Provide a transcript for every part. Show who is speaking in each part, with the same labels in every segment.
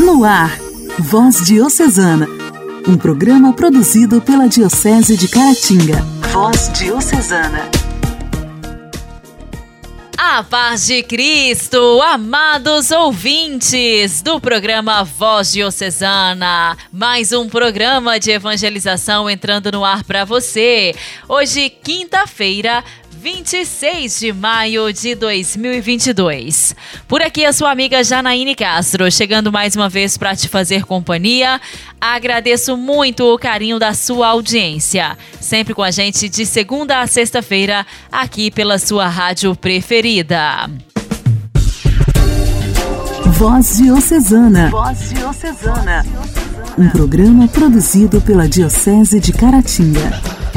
Speaker 1: No ar, Voz Diocesana, um programa produzido pela Diocese de Caratinga. Voz Diocesana.
Speaker 2: A paz de Cristo, amados ouvintes do programa Voz Diocesana. Mais um programa de evangelização entrando no ar para você. Hoje, quinta-feira, 26 de maio de 2022. Por aqui a sua amiga Janaíne Castro, chegando mais uma vez para te fazer companhia. Agradeço muito o carinho da sua audiência, sempre com a gente de segunda a sexta-feira, aqui pela sua rádio preferida.
Speaker 1: Voz Diocesana. Voz Diocesana. Um programa produzido pela Diocese de Caratinga.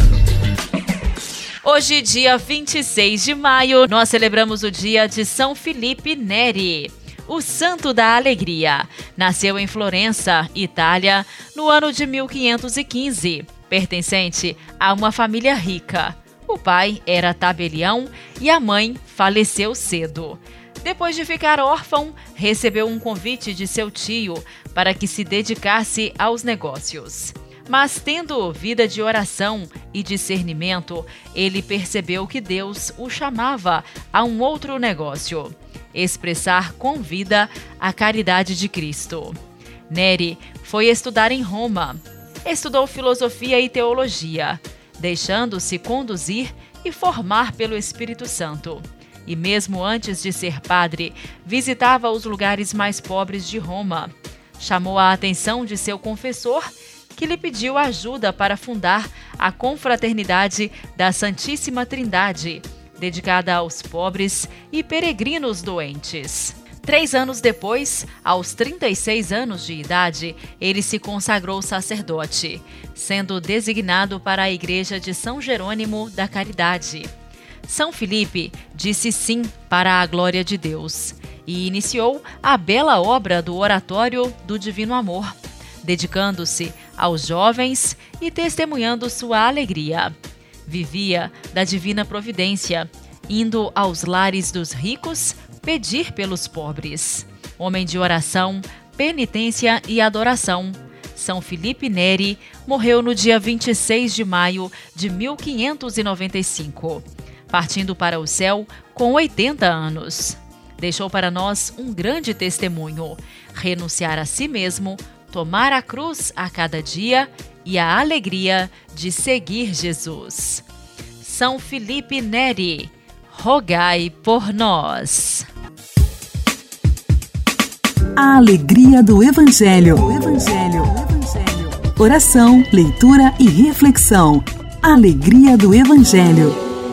Speaker 2: Hoje, dia 26 de maio, nós celebramos o dia de São Filipe Neri, o santo da alegria. Nasceu em Florença, Itália, no ano de 1515, pertencente a uma família rica. O pai era tabelião e a mãe faleceu cedo. Depois de ficar órfão, recebeu um convite de seu tio para que se dedicasse aos negócios. Mas tendo vida de oração e discernimento, ele percebeu que Deus o chamava a um outro negócio: expressar com vida a caridade de Cristo. Neri foi estudar em Roma. Estudou filosofia e teologia, deixando-se conduzir e formar pelo Espírito Santo. E mesmo antes de ser padre, visitava os lugares mais pobres de Roma. Chamou a atenção de seu confessor, que lhe pediu ajuda para fundar a Confraternidade da Santíssima Trindade, dedicada aos pobres e peregrinos doentes. 3 anos depois, aos 36 anos de idade, ele se consagrou sacerdote, sendo designado para a Igreja de São Jerônimo da Caridade. São Filipe disse sim para a glória de Deus e iniciou a bela obra do Oratório do Divino Amor, dedicando-se aos jovens e testemunhando sua alegria. Vivia da divina providência, indo aos lares dos ricos pedir pelos pobres. Homem de oração, penitência e adoração, São Filipe Neri morreu no dia 26 de maio de 1595, partindo para o céu com 80 anos. Deixou para nós um grande testemunho: renunciar a si mesmo, tomar a cruz a cada dia e a alegria de seguir Jesus. São Filipe Neri, rogai por nós.
Speaker 1: A alegria do Evangelho. Oração, leitura e reflexão. Alegria do Evangelho.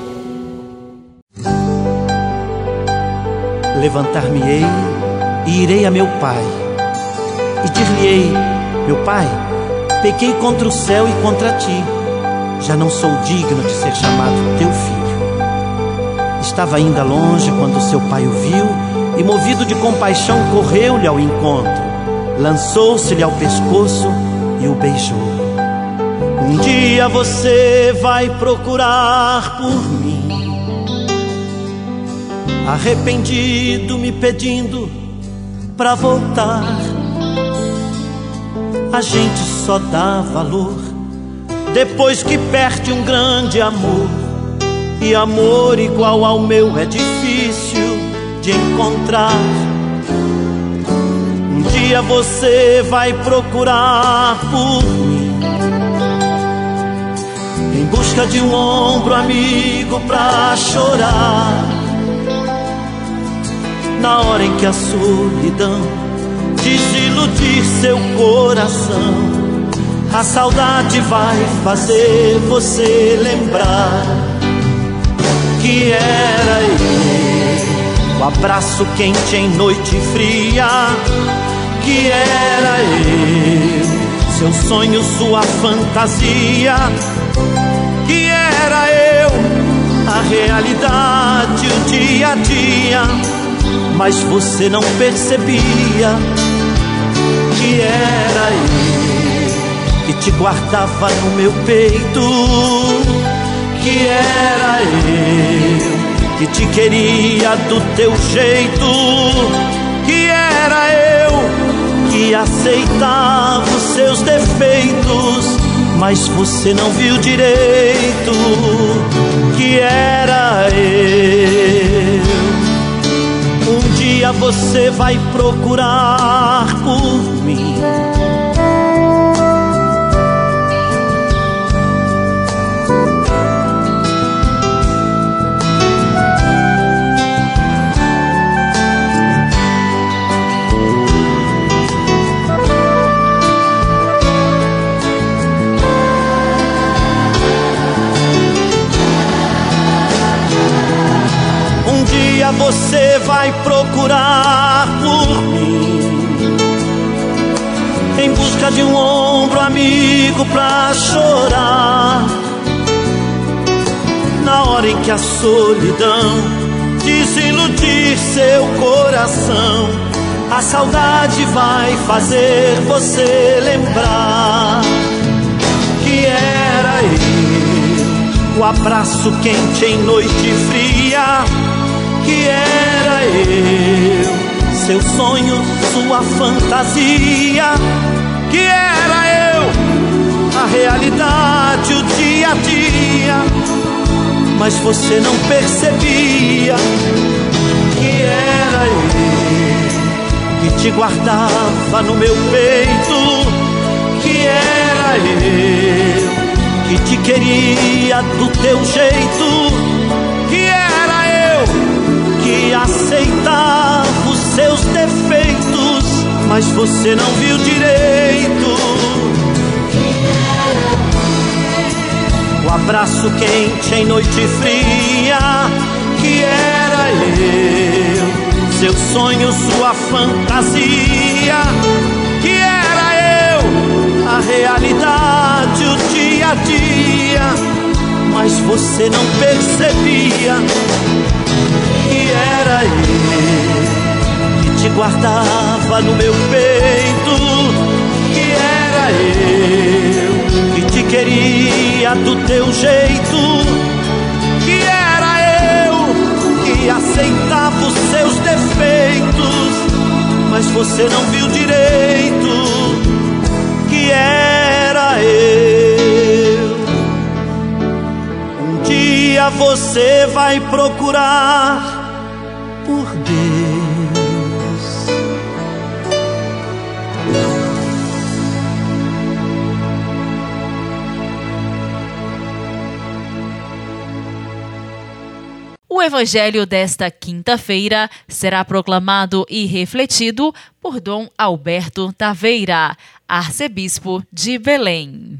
Speaker 3: Levantar-me-ei e irei a meu pai, e dir-lhe-ei: meu pai, pequei contra o céu e contra ti, já não sou digno de ser chamado teu filho. Estava ainda longe quando seu pai o viu, e movido de compaixão correu-lhe ao encontro, lançou-se-lhe ao pescoço e o beijou. Um dia você vai procurar por mim, arrependido, me pedindo pra voltar. A gente só dá valor depois que perde um grande amor, e amor igual ao meu é difícil de encontrar. Um dia você vai procurar por mim, em busca de um ombro amigo pra chorar. Na hora em que a solidão desiludir seu coração, a saudade vai fazer você lembrar que era eu, o abraço quente em noite fria, que era eu, seu sonho, sua fantasia, que era eu, a realidade, o dia a dia. Mas você não percebia que era eu, que te guardava no meu peito, que era eu, que te queria do teu jeito, que era eu, que aceitava os seus defeitos, mas você não viu direito que era eu. Um dia você vai procurar por mim. Você vai procurar por mim, em busca de um ombro amigo pra chorar. Na hora em que a solidão desiludir seu coração, a saudade vai fazer você lembrar que era eu, o abraço quente em noite fria. Que era eu, seu sonho, sua fantasia. Que era eu, a realidade, o dia a dia. Mas você não percebia que era eu, que te guardava no meu peito. Que era eu, que te queria do teu jeito. Que era eu, que aceitava os seus defeitos, mas você não viu direito. O abraço quente em noite fria. Que era eu, seu sonho, sua fantasia. Que era eu, a realidade, o dia a dia. Mas você não percebia que era eu, que te guardava no meu peito. Que era eu, que te queria do teu jeito. Que era eu, que aceitava os seus defeitos, mas você não viu direito que era eu. Um dia você vai procurar por Deus.
Speaker 2: O Evangelho desta quinta-feira será proclamado e refletido por Dom Alberto Taveira, arcebispo de Belém.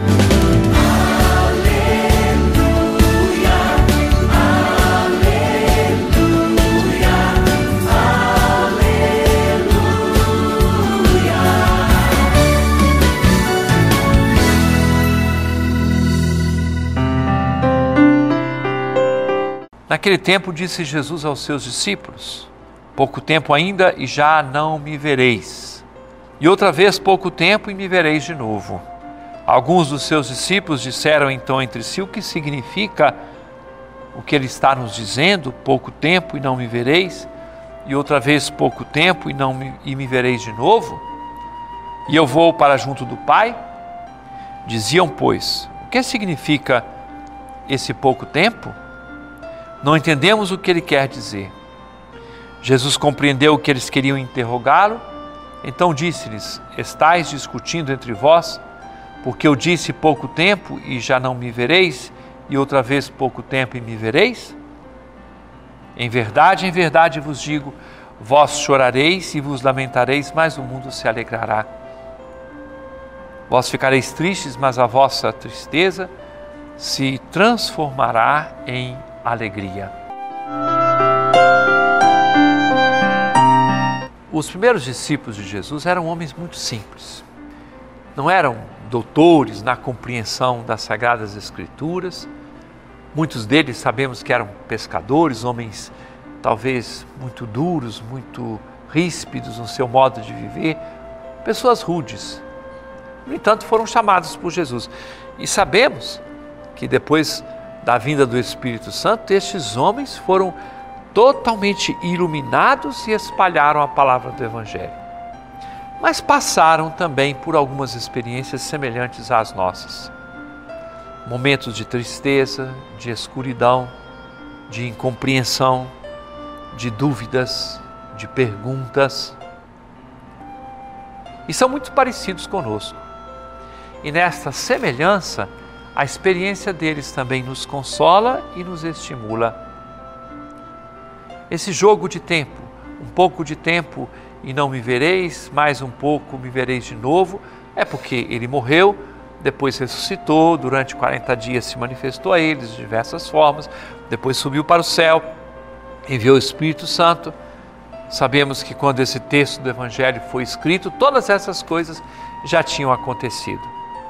Speaker 4: Naquele tempo disse Jesus aos seus discípulos: pouco tempo ainda e já não me vereis. E outra vez pouco tempo e me vereis de novo. Alguns dos seus discípulos disseram então entre si: o que significa o que ele está nos dizendo? Pouco tempo e não me vereis, e outra vez pouco tempo e me vereis de novo? E eu vou para junto do Pai? Diziam, pois, o que significa esse pouco tempo? Não entendemos o que ele quer dizer. Jesus compreendeu que eles queriam interrogá-lo, então disse-lhes: estais discutindo entre vós, porque eu disse pouco tempo e já não me vereis, e outra vez pouco tempo e me vereis? Em verdade vos digo, vós chorareis e vos lamentareis, mas o mundo se alegrará. Vós ficareis tristes, mas a vossa tristeza se transformará em alegria. Os primeiros discípulos de Jesus eram homens muito simples. Não eram doutores na compreensão das Sagradas Escrituras. Muitos deles sabemos que eram pescadores, homens talvez muito duros, muito ríspidos no seu modo de viver, pessoas rudes. No entanto, foram chamados por Jesus. E sabemos que depois da vinda do Espírito Santo, estes homens foram totalmente iluminados e espalharam a palavra do Evangelho. mas passaram também por algumas experiências semelhantes às nossas. Momentos de tristeza, de escuridão, de incompreensão, de dúvidas, de perguntas. E são muito parecidos conosco. E nesta semelhança, a experiência deles também nos consola e nos estimula. Esse jogo de tempo, um pouco de tempo e não me vereis, mais um pouco me vereis de novo, é porque ele morreu, depois ressuscitou, durante 40 dias se manifestou a eles de diversas formas, depois subiu para o céu, enviou o Espírito Santo. Sabemos que quando esse texto do Evangelho foi escrito, todas essas coisas já tinham acontecido.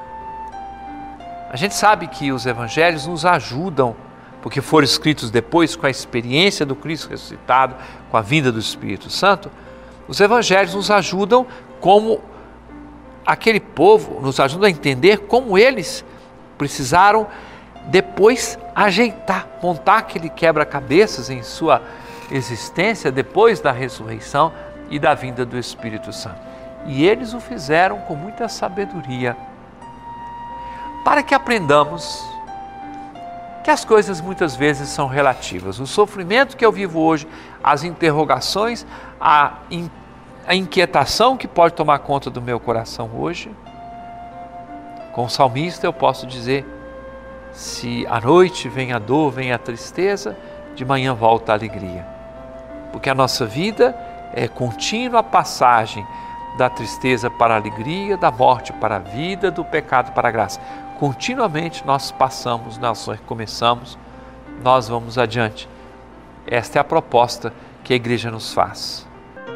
Speaker 4: A gente sabe que os Evangelhos nos ajudam, porque foram escritos depois com a experiência do Cristo ressuscitado, com a vinda do Espírito Santo. Os Evangelhos nos ajudam como aquele povo, nos ajudam a entender como eles precisaram depois ajeitar, montar aquele quebra-cabeças em sua existência depois da ressurreição e da vinda do Espírito Santo. E eles o fizeram com muita sabedoria, para que aprendamos que as coisas muitas vezes são relativas. O sofrimento que eu vivo hoje, as interrogações, a inquietação que pode tomar conta do meu coração hoje. Com o salmista eu posso dizer, se à noite vem a dor, vem a tristeza, de manhã volta a alegria. Porque a nossa vida é contínua passagem da tristeza para a alegria, da morte para a vida, do pecado para a graça. Continuamente nós passamos, nós recomeçamos, nós vamos adiante. Esta é a proposta que a igreja nos faz.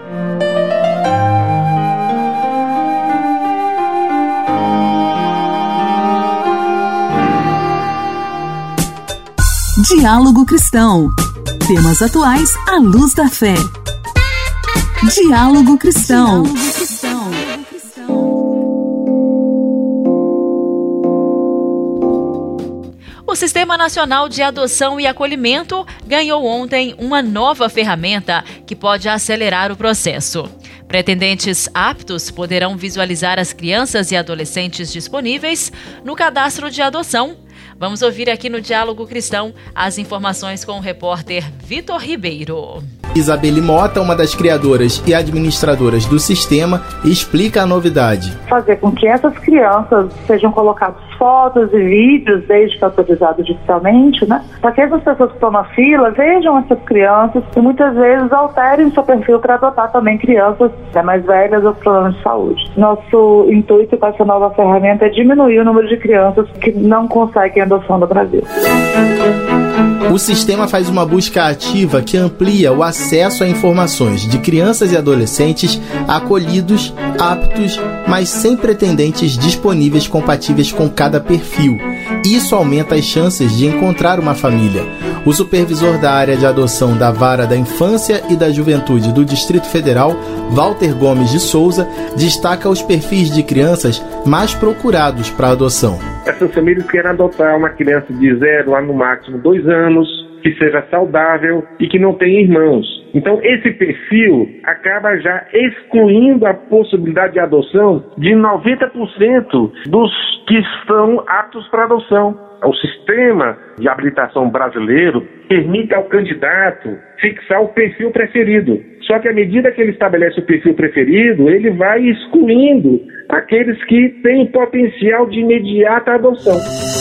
Speaker 1: Diálogo Cristão. Temas atuais à luz da fé. Diálogo Cristão.
Speaker 2: O Sistema Nacional de Adoção e Acolhimento ganhou ontem uma nova ferramenta que pode acelerar o processo. Pretendentes aptos poderão visualizar as crianças e adolescentes disponíveis no cadastro de adoção. Vamos ouvir aqui no Diálogo Cristão as informações com o repórter Vitor Ribeiro.
Speaker 5: Isabelle Mota, uma das criadoras e administradoras do sistema, explica a novidade.
Speaker 6: Fazer com que essas crianças sejam colocadas fotos e vídeos, desde que autorizado digitalmente, né? Para que essas pessoas que estão na fila vejam essas crianças e muitas vezes alterem seu perfil para adotar também crianças mais velhas ou com problemas de saúde. Nosso intuito com essa nova ferramenta é diminuir o número de crianças que não conseguem adoção no Brasil.
Speaker 5: O sistema faz uma busca ativa que amplia o acesso a informações de crianças e adolescentes acolhidos, aptos, mas sem pretendentes disponíveis compatíveis com cada perfil. Isso aumenta as chances de encontrar uma família. O supervisor da área de adoção da Vara da Infância e da Juventude do Distrito Federal, Walter Gomes de Souza, destaca os perfis de crianças mais procurados para adoção.
Speaker 7: Essas famílias querem adotar uma criança de 0 a no máximo 2 anos, que seja saudável e que não tenha irmãos. Então, esse perfil acaba já excluindo a possibilidade de adoção de 90% dos que estão aptos para adoção. O sistema de habilitação brasileiro permite ao candidato fixar o perfil preferido. Só que à medida que ele estabelece o perfil preferido, ele vai excluindo aqueles que têm potencial de imediata adoção.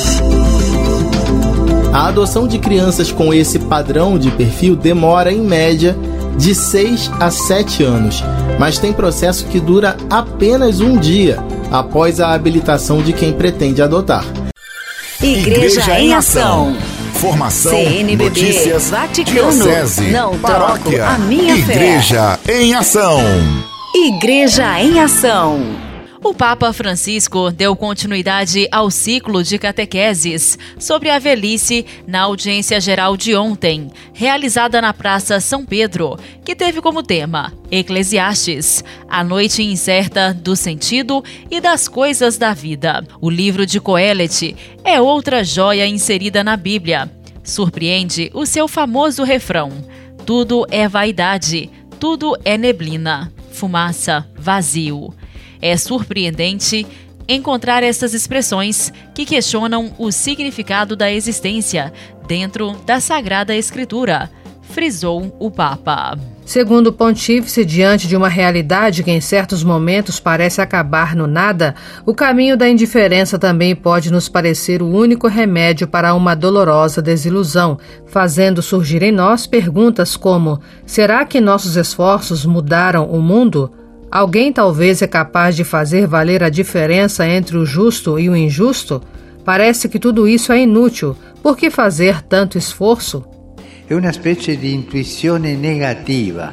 Speaker 5: A adoção de crianças com esse padrão de perfil demora, em média, de 6 a 7 anos, mas tem processo que dura apenas um dia após a habilitação de quem pretende adotar.
Speaker 8: Igreja em Ação.
Speaker 9: Formação,
Speaker 8: CNBB,
Speaker 9: notícias,
Speaker 8: Vaticano,
Speaker 9: diocese,
Speaker 8: não
Speaker 9: paróquia,
Speaker 8: troco a minha
Speaker 9: Igreja em Ação.
Speaker 8: Igreja em Ação.
Speaker 2: O Papa Francisco deu continuidade ao ciclo de catequeses sobre a velhice na audiência geral de ontem, realizada na Praça São Pedro, que teve como tema Eclesiastes, a noite incerta do sentido e das coisas da vida. O livro de Coelete é outra joia inserida na Bíblia. Surpreende o seu famoso refrão: tudo é vaidade, tudo é neblina, fumaça, vazio. É surpreendente encontrar essas expressões que questionam o significado da existência dentro da Sagrada Escritura, frisou o Papa.
Speaker 10: Segundo o pontífice, diante de uma realidade que em certos momentos parece acabar no nada, o caminho da indiferença também pode nos parecer o único remédio para uma dolorosa desilusão, fazendo surgir em nós perguntas como: será que nossos esforços mudaram o mundo? Alguém talvez é capaz de fazer valer a diferença entre o justo e o injusto? Parece que tudo isso é inútil. Por que fazer tanto esforço?
Speaker 11: È una specie di intuizione negativa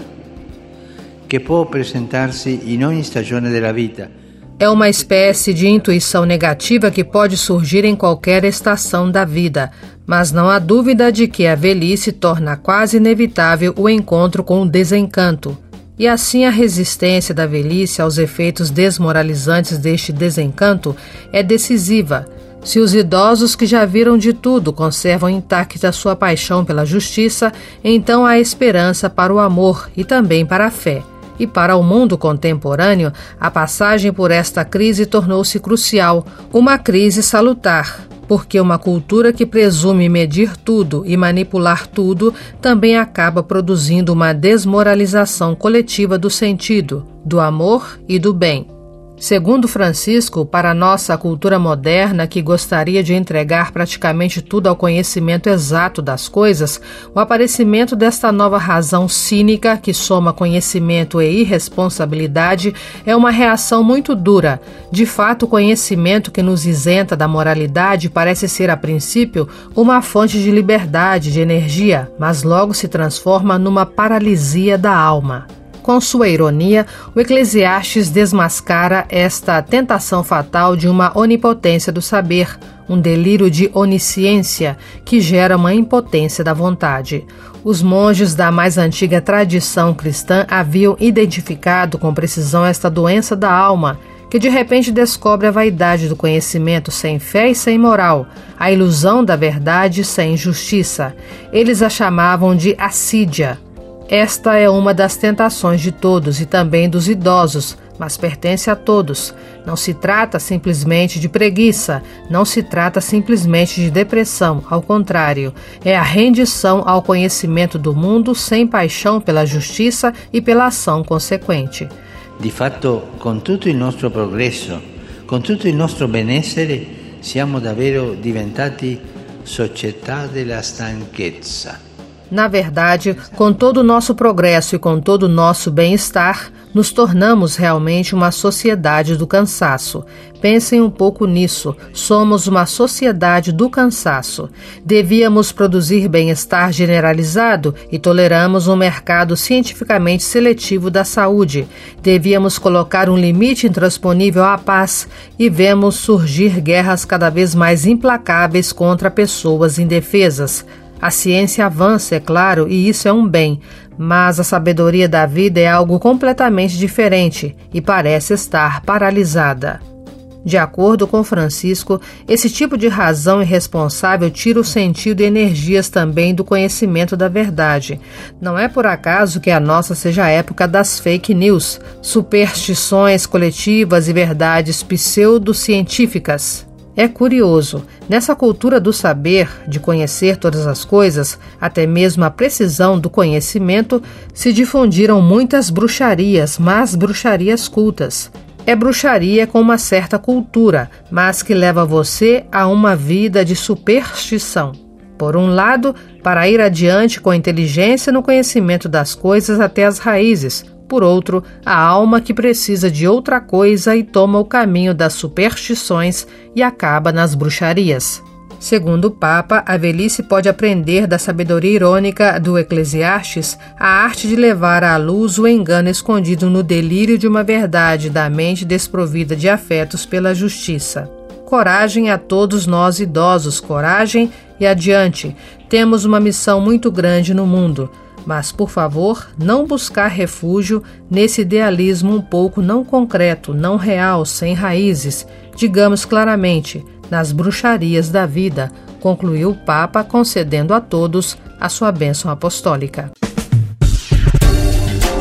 Speaker 11: che può presentarsi in ogni stagione della vita.
Speaker 10: É uma espécie de intuição negativa que pode surgir em qualquer estação da vida, mas não há dúvida de que a velhice torna quase inevitável o encontro com o desencanto. E assim a resistência da velhice aos efeitos desmoralizantes deste desencanto é decisiva. Se os idosos que já viram de tudo conservam intacta sua paixão pela justiça, então há esperança para o amor e também para a fé. E para o mundo contemporâneo, a passagem por esta crise tornou-se crucial, uma crise salutar, porque uma cultura que presume medir tudo e manipular tudo também acaba produzindo uma desmoralização coletiva do sentido, do amor e do bem. Segundo Francisco, para a nossa cultura moderna, que gostaria de entregar praticamente tudo ao conhecimento exato das coisas, o aparecimento desta nova razão cínica, que soma conhecimento e irresponsabilidade, é uma reação muito dura. De fato, o conhecimento que nos isenta da moralidade parece ser, a princípio, uma fonte de liberdade, de energia, mas logo se transforma numa paralisia da alma. Com sua ironia, o Eclesiastes desmascara esta tentação fatal de uma onipotência do saber, um delírio de onisciência que gera uma impotência da vontade. Os monges da mais antiga tradição cristã haviam identificado com precisão esta doença da alma, que de repente descobre a vaidade do conhecimento sem fé e sem moral, a ilusão da verdade sem justiça. Eles a chamavam de assídia. Esta é uma das tentações de todos e também dos idosos, mas pertence a todos. Não se trata simplesmente de preguiça, não se trata simplesmente de depressão, ao contrário, é a rendição ao conhecimento do mundo sem paixão pela justiça e pela ação consequente.
Speaker 11: Di fatto, con tutto il nostro progresso, con tutto il nostro benessere, siamo davvero diventati società della stanchezza.
Speaker 10: Na verdade, com todo o nosso progresso e com todo o nosso bem-estar, nos tornamos realmente uma sociedade do cansaço. Pensem um pouco nisso. Somos uma sociedade do cansaço. Devíamos produzir bem-estar generalizado e toleramos um mercado cientificamente seletivo da saúde. Devíamos colocar um limite intransponível à paz e vemos surgir guerras cada vez mais implacáveis contra pessoas indefesas. A ciência avança, é claro, e isso é um bem, mas a sabedoria da vida é algo completamente diferente e parece estar paralisada. De acordo com Francisco, esse tipo de razão irresponsável tira o sentido e energias também do conhecimento da verdade. Não é por acaso que a nossa seja a época das fake news, superstições coletivas e verdades pseudocientíficas. É curioso, nessa cultura do saber, de conhecer todas as coisas, até mesmo a precisão do conhecimento, se difundiram muitas bruxarias, mas bruxarias cultas. É bruxaria com uma certa cultura, mas que leva você a uma vida de superstição. Por um lado, para ir adiante com inteligência no conhecimento das coisas até as raízes. Por outro, a alma que precisa de outra coisa e toma o caminho das superstições e acaba nas bruxarias. Segundo o Papa, a velhice pode aprender da sabedoria irônica do Eclesiastes a arte de levar à luz o engano escondido no delírio de uma verdade da mente desprovida de afetos pela justiça. Coragem a todos nós idosos, coragem e adiante. Temos uma missão muito grande no mundo. Mas, por favor, não buscar refúgio nesse idealismo um pouco não concreto, não real, sem raízes, digamos claramente, nas bruxarias da vida, concluiu o Papa, concedendo a todos a sua bênção apostólica.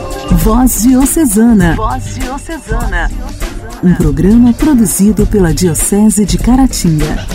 Speaker 1: Voz Diocesana. Voz Diocesana. Um programa produzido pela Diocese de Caratinga.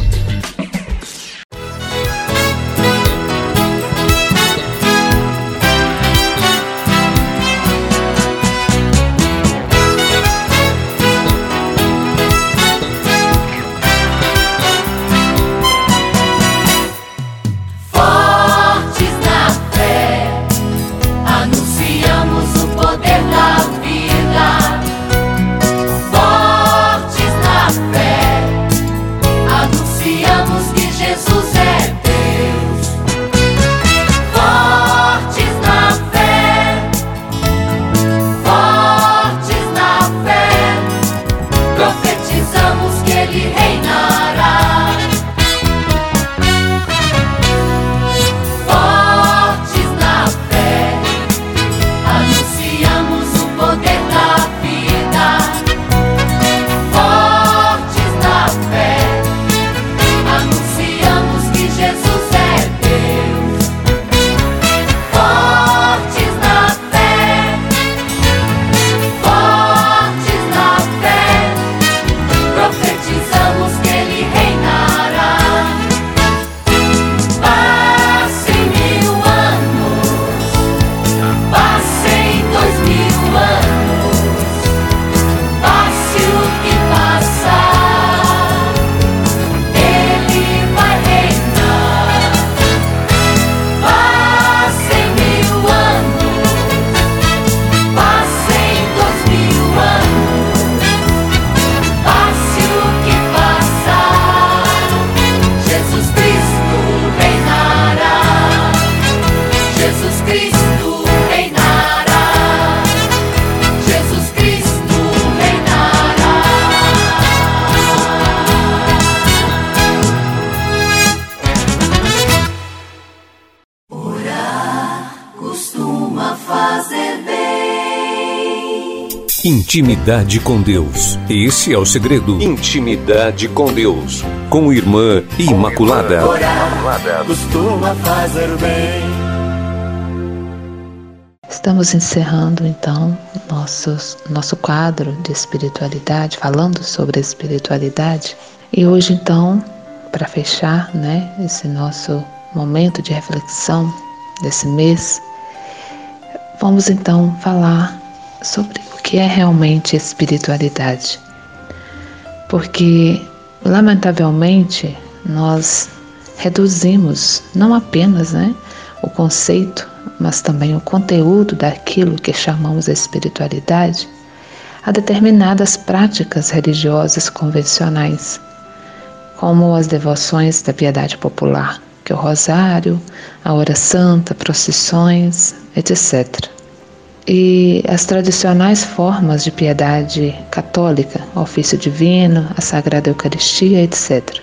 Speaker 12: Intimidade com Deus. Esse é o segredo. Intimidade com Deus. Com Irmã Imaculada.
Speaker 13: Orar costuma fazer bem.
Speaker 14: Estamos encerrando então nosso quadro de espiritualidade, falando sobre a espiritualidade. E hoje então, para fechar, esse nosso momento de reflexão desse mês, vamos então falar sobre o que é realmente espiritualidade. Porque, lamentavelmente, nós reduzimos não apenas o conceito, mas também o conteúdo daquilo que chamamos de espiritualidade a determinadas práticas religiosas convencionais, como as devoções da piedade popular, que é o rosário, a hora santa, procissões, etc. E as tradicionais formas de piedade católica, o ofício divino, a Sagrada Eucaristia, etc.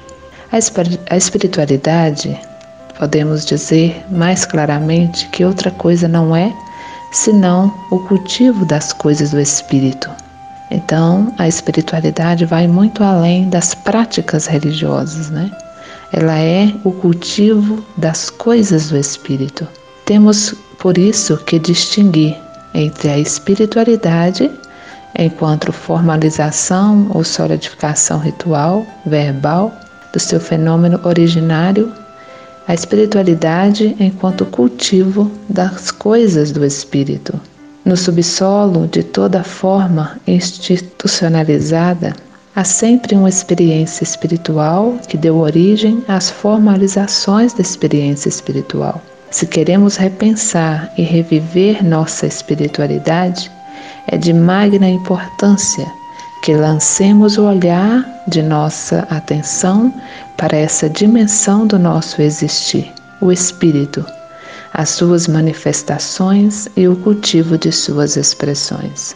Speaker 14: A espiritualidade, podemos dizer mais claramente que outra coisa não é, senão o cultivo das coisas do Espírito. Então, a espiritualidade vai muito além das práticas religiosas, Ela é o cultivo das coisas do Espírito. Temos, por isso, que distinguir entre a espiritualidade, enquanto formalização ou solidificação ritual, verbal, do seu fenômeno originário, a espiritualidade enquanto cultivo das coisas do Espírito. No subsolo de toda forma institucionalizada, há sempre uma experiência espiritual que deu origem às formalizações da experiência espiritual. Se queremos repensar e reviver nossa espiritualidade, é de magna importância que lancemos o olhar de nossa atenção para essa dimensão do nosso existir, o Espírito, as suas manifestações e o cultivo de suas expressões.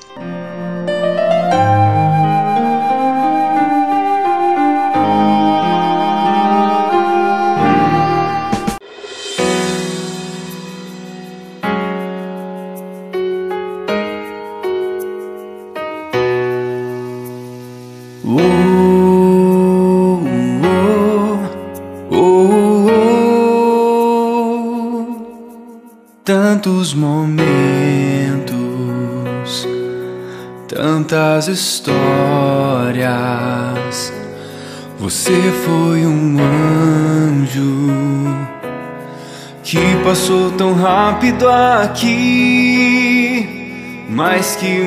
Speaker 13: Tantos momentos
Speaker 15: tantas histórias. Você foi um anjo que passou tão rápido aqui, mas que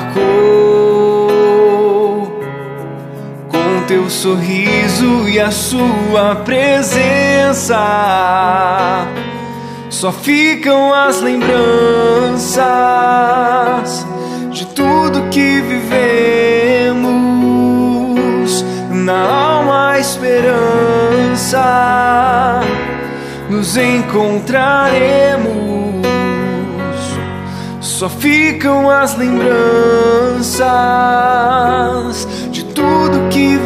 Speaker 15: marcou com teu sorriso e a sua presença. Só ficam as lembranças de tudo que vivemos, na alma a esperança, nos encontraremos. Só ficam as lembranças de tudo que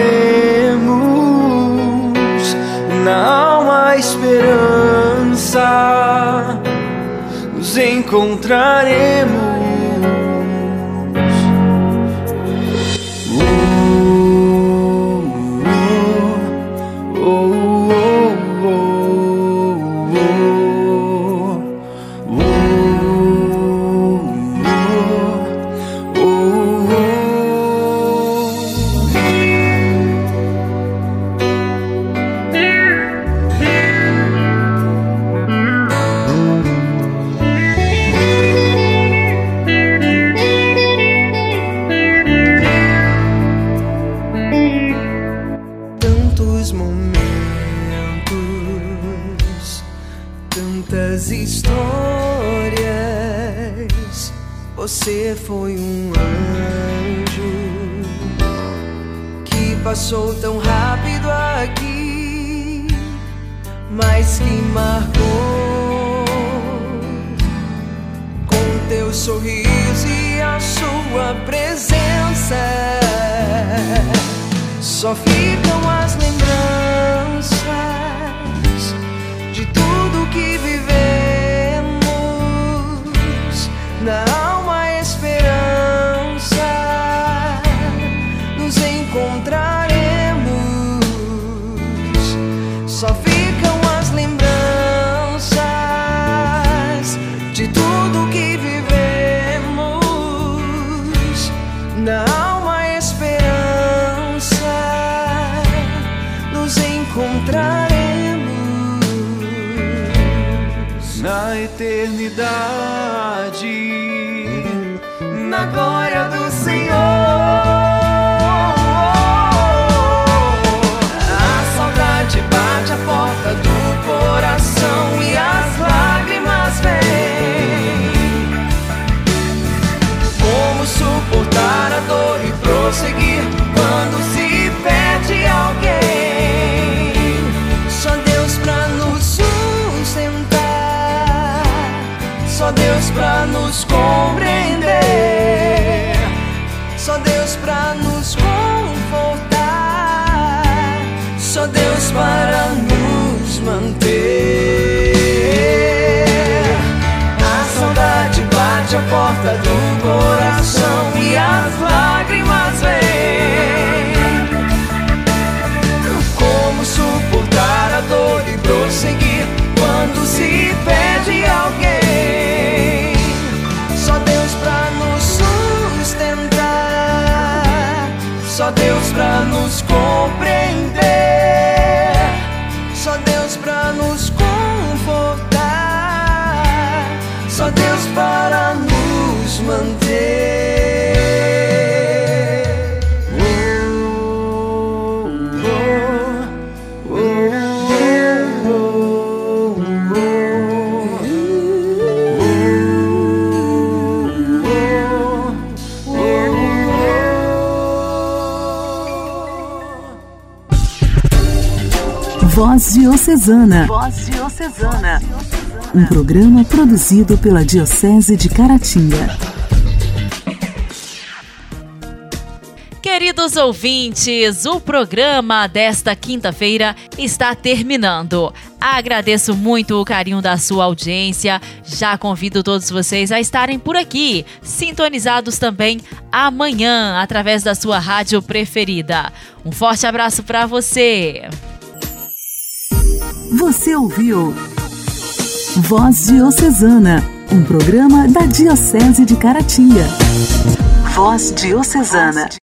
Speaker 15: vivemos, na alma a esperança, nos encontraremos.
Speaker 16: Você foi um anjo que passou tão rápido aqui, mas que marcou com teu sorriso e a sua presença. Só ficam as lembranças de tudo que vivemos, na alma a esperança, nos encontraremos. Só ficam as lembranças de tudo que vivemos, na alma a esperança, nos encontraremos.
Speaker 15: Na eternidade, na glória do Senhor, a saudade bate a porta do coração e as lágrimas vêm. Como suportar a dor e prosseguir quando se perde alguém? Só Deus pra nos sustentar, só Deus pra nos compreender, só Deus pra nos confortar, só Deus para nos manter. A saudade bate a porta do coração e as lágrimas vêm. Como suportar a dor e prosseguir quando se perde alguém? Só Deus pra nos sustentar, só Deus pra nos compreender, só Deus pra nos confortar, só Deus para nos manter.
Speaker 1: Voz Diocesana. Voz Diocesana. Um programa produzido pela Diocese de Caratinga.
Speaker 2: Queridos ouvintes, o programa desta quinta-feira está terminando. Agradeço muito o carinho da sua audiência. Já convido todos vocês a estarem por aqui, sintonizados também amanhã, através da sua rádio preferida. Um forte abraço para você.
Speaker 1: Você ouviu Voz Diocesana, um programa da Diocese de Caratinga. Voz Diocesana.